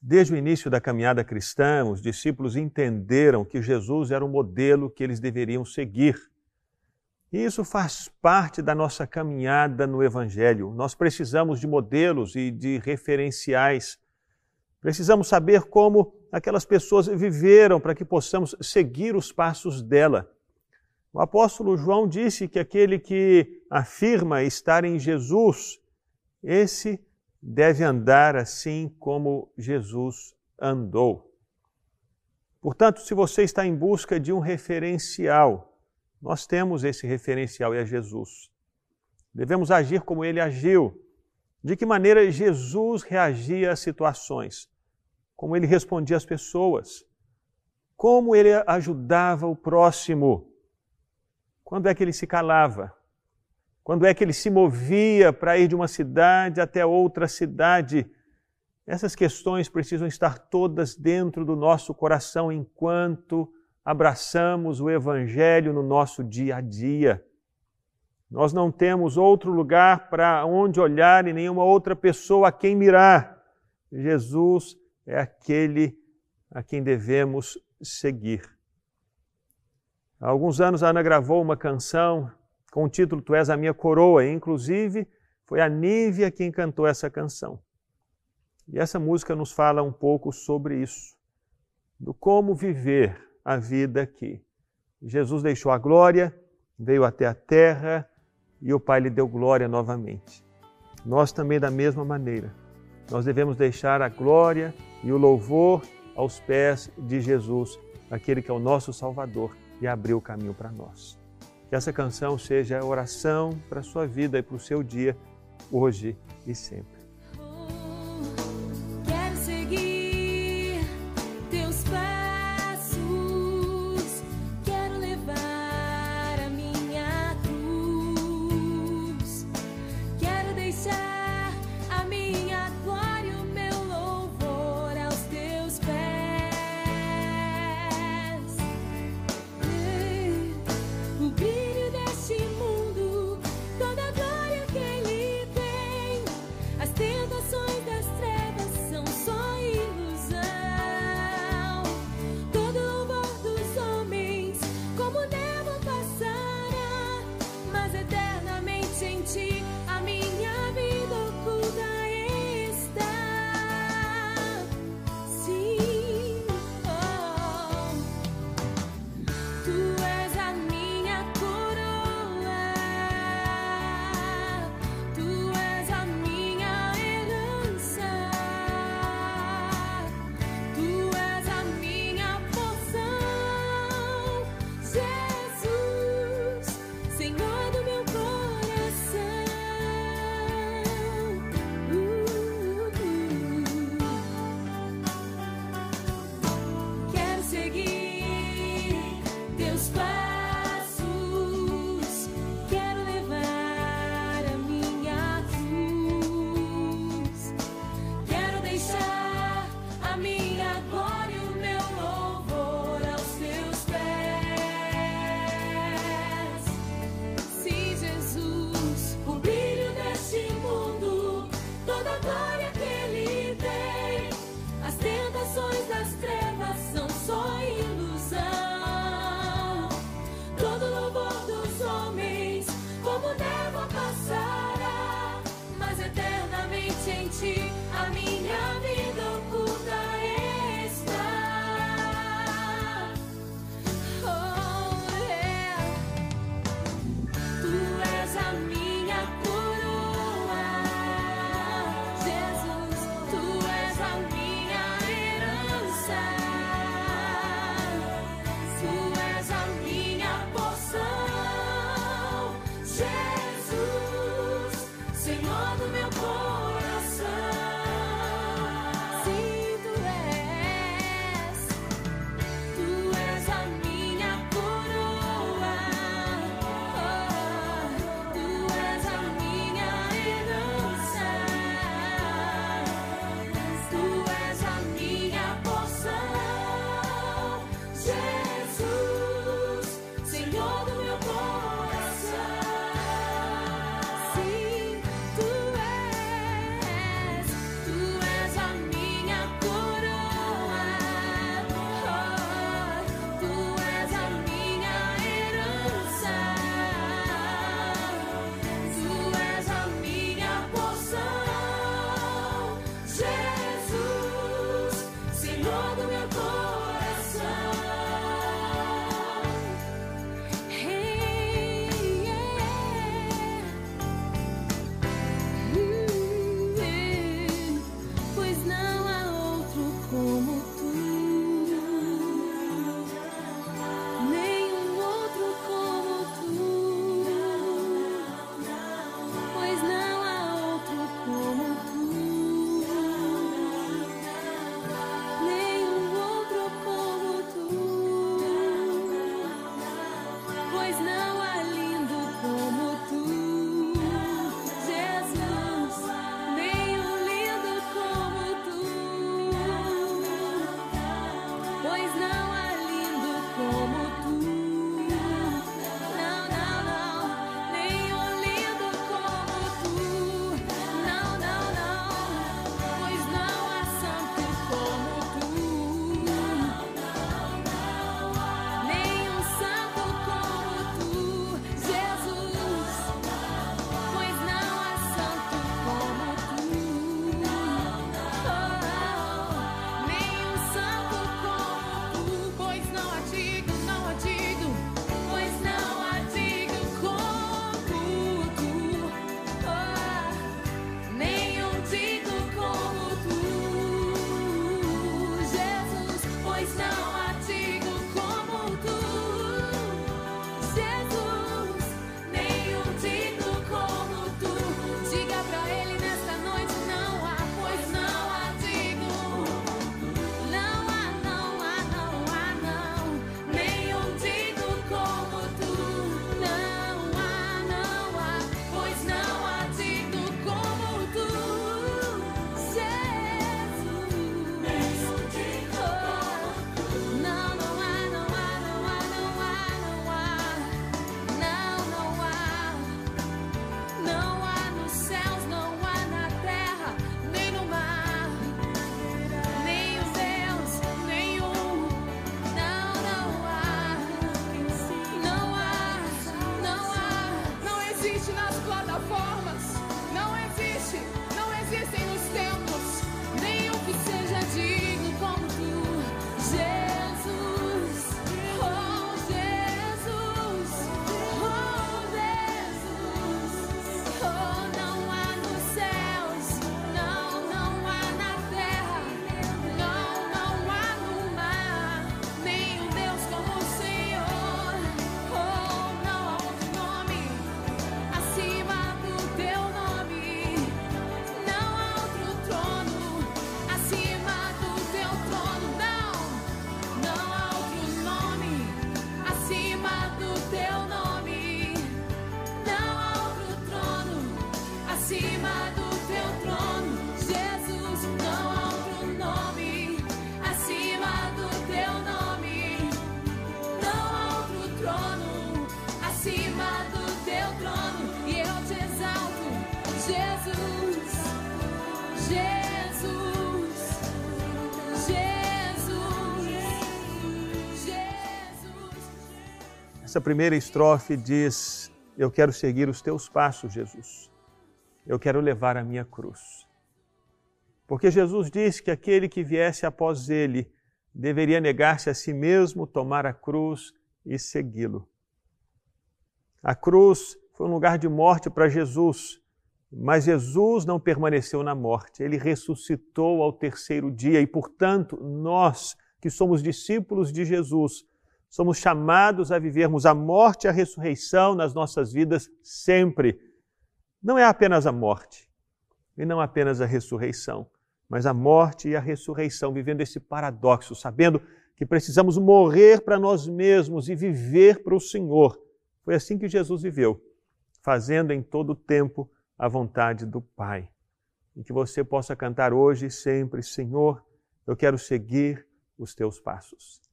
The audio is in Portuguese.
Desde o início da caminhada cristã, os discípulos entenderam que Jesus era o modelo que eles deveriam seguir. E isso faz parte da nossa caminhada no Evangelho. Nós precisamos de modelos e de referenciais. Precisamos saber como aquelas pessoas viveram para que possamos seguir os passos dela. O apóstolo João disse que aquele que afirma estar em Jesus, esse deve andar assim como Jesus andou. Portanto, se você está em busca de um referencial, nós temos esse referencial e é Jesus. Devemos agir como ele agiu. De que maneira Jesus reagia às situações? Como ele respondia às pessoas? Como ele ajudava o próximo? Quando é que ele se calava? Quando é que ele se movia para ir de uma cidade até outra cidade? Essas questões precisam estar todas dentro do nosso coração enquanto abraçamos o Evangelho no nosso dia a dia. Nós não temos outro lugar para onde olhar e nenhuma outra pessoa a quem mirar. Jesus é aquele a quem devemos seguir. Há alguns anos a Ana gravou uma canção com o título Tu és a minha coroa, e inclusive foi a Nívia quem cantou essa canção. E essa música nos fala um pouco sobre isso, do como viver a vida aqui. Jesus deixou a glória, veio até a terra e o Pai lhe deu glória novamente. Nós também, da mesma maneira, nós devemos deixar a glória e o louvor aos pés de Jesus, aquele que é o nosso Salvador e abriu o caminho para nós. Que essa canção seja a oração para a sua vida e para o seu dia, hoje e sempre. Quero seguir teus passos, quero levar a minha cruz, quero deixar a minha glória e o meu louvor aos teus pés. O brilho deste mundo, toda a glória que ele tem, as tentações das trevas são só ilusão. Essa primeira estrofe diz: eu quero seguir os teus passos, Jesus. Eu quero levar a minha cruz. Porque Jesus disse que aquele que viesse após ele deveria negar-se a si mesmo, tomar a cruz e segui-lo. A cruz foi um lugar de morte para Jesus, mas Jesus não permaneceu na morte. Ele ressuscitou ao terceiro dia e, portanto, nós que somos discípulos de Jesus, somos chamados a vivermos a morte e a ressurreição nas nossas vidas sempre. Não é apenas a morte e não apenas a ressurreição, mas a morte e a ressurreição, vivendo esse paradoxo, sabendo que precisamos morrer para nós mesmos e viver para o Senhor. Foi assim que Jesus viveu, fazendo em todo o tempo a vontade do Pai. E que você possa cantar hoje e sempre: Senhor, eu quero seguir os teus passos.